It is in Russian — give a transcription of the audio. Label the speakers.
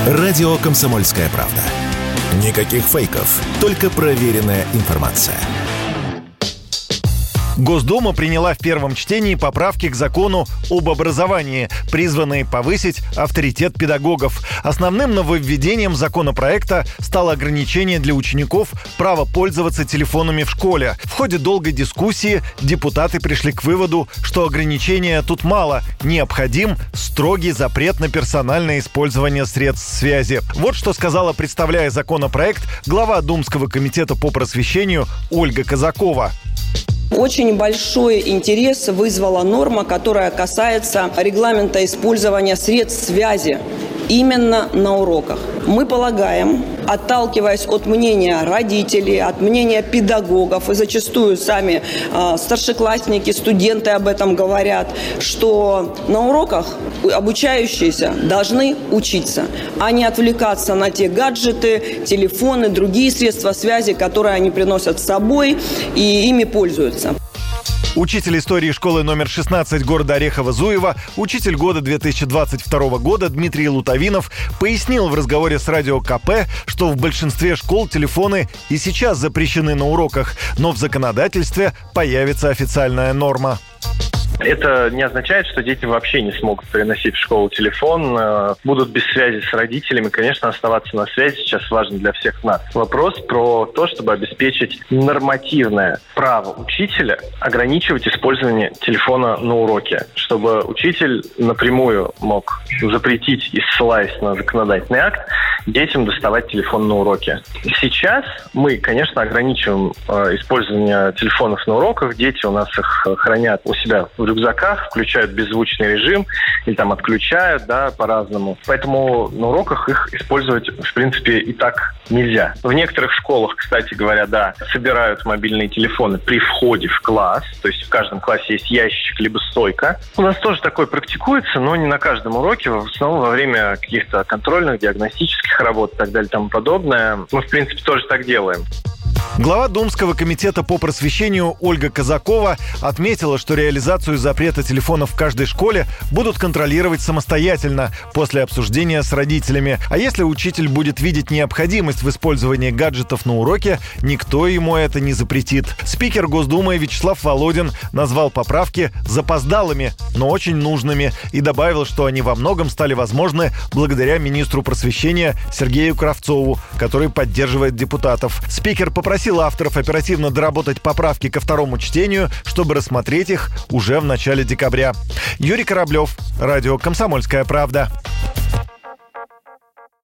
Speaker 1: Радио «Комсомольская правда». Никаких фейков, только проверенная информация.
Speaker 2: Госдума приняла в первом чтении поправки к закону об образовании, призванные повысить авторитет педагогов. Основным нововведением законопроекта стало ограничение для учеников права пользоваться телефонами в школе. В ходе долгой дискуссии депутаты пришли к выводу, что ограничения тут мало. Необходим строгий запрет на персональное использование средств связи. Вот что сказала, представляя законопроект, глава Думского комитета по просвещению Ольга Казакова.
Speaker 3: Очень большой интерес вызвала норма, которая касается регламента использования средств связи именно на уроках. Мы полагаем, отталкиваясь от мнения родителей, от мнения педагогов, и зачастую сами старшеклассники, студенты об этом говорят, что на уроках обучающиеся должны учиться, а не отвлекаться на те гаджеты, телефоны, другие средства связи, которые они приносят с собой и ими пользуются.
Speaker 2: Учитель истории школы номер 16 города Орехово-Зуево, учитель года 2022 года Дмитрий Лутовинов пояснил в разговоре с Радио КП, что в большинстве школ телефоны и сейчас запрещены на уроках, но в законодательстве появится официальная норма.
Speaker 4: Это не означает, что дети вообще не смогут приносить в школу телефон, будут без связи с родителями. Конечно, оставаться на связи сейчас важно для всех нас. Вопрос про то, чтобы обеспечить нормативное право учителя ограничивать использование телефона на уроке, чтобы учитель напрямую мог запретить, и ссылаясь на законодательный акт, детям доставать телефон на уроке. Сейчас мы, конечно, ограничиваем использование телефонов на уроках. Дети у нас их хранят у себя в рюкзаках, включают беззвучный режим или там отключают, по-разному. Поэтому на уроках их использовать, в принципе, и так нельзя. В некоторых школах, кстати говоря, собирают мобильные телефоны при входе в класс, то есть в каждом классе есть ящик либо стойка. У нас тоже такое практикуется, но не на каждом уроке, в основном во время каких-то контрольных, диагностических работ и так далее и тому подобное. Мы, в принципе, тоже так делаем.
Speaker 2: Глава Думского комитета по просвещению Ольга Казакова отметила, что реализацию запрета телефонов в каждой школе будут контролировать самостоятельно после обсуждения с родителями. А если учитель будет видеть необходимость в использовании гаджетов на уроке, никто ему это не запретит. Спикер Госдумы Вячеслав Володин назвал поправки запоздалыми, но очень нужными, и добавил, что они во многом стали возможны благодаря министру просвещения Сергею Кравцову, который поддерживает депутатов. Спикер попросил авторов оперативно доработать поправки ко второму чтению, чтобы рассмотреть их уже в начале декабря. Юрий Кораблев, Радио «Комсомольская правда».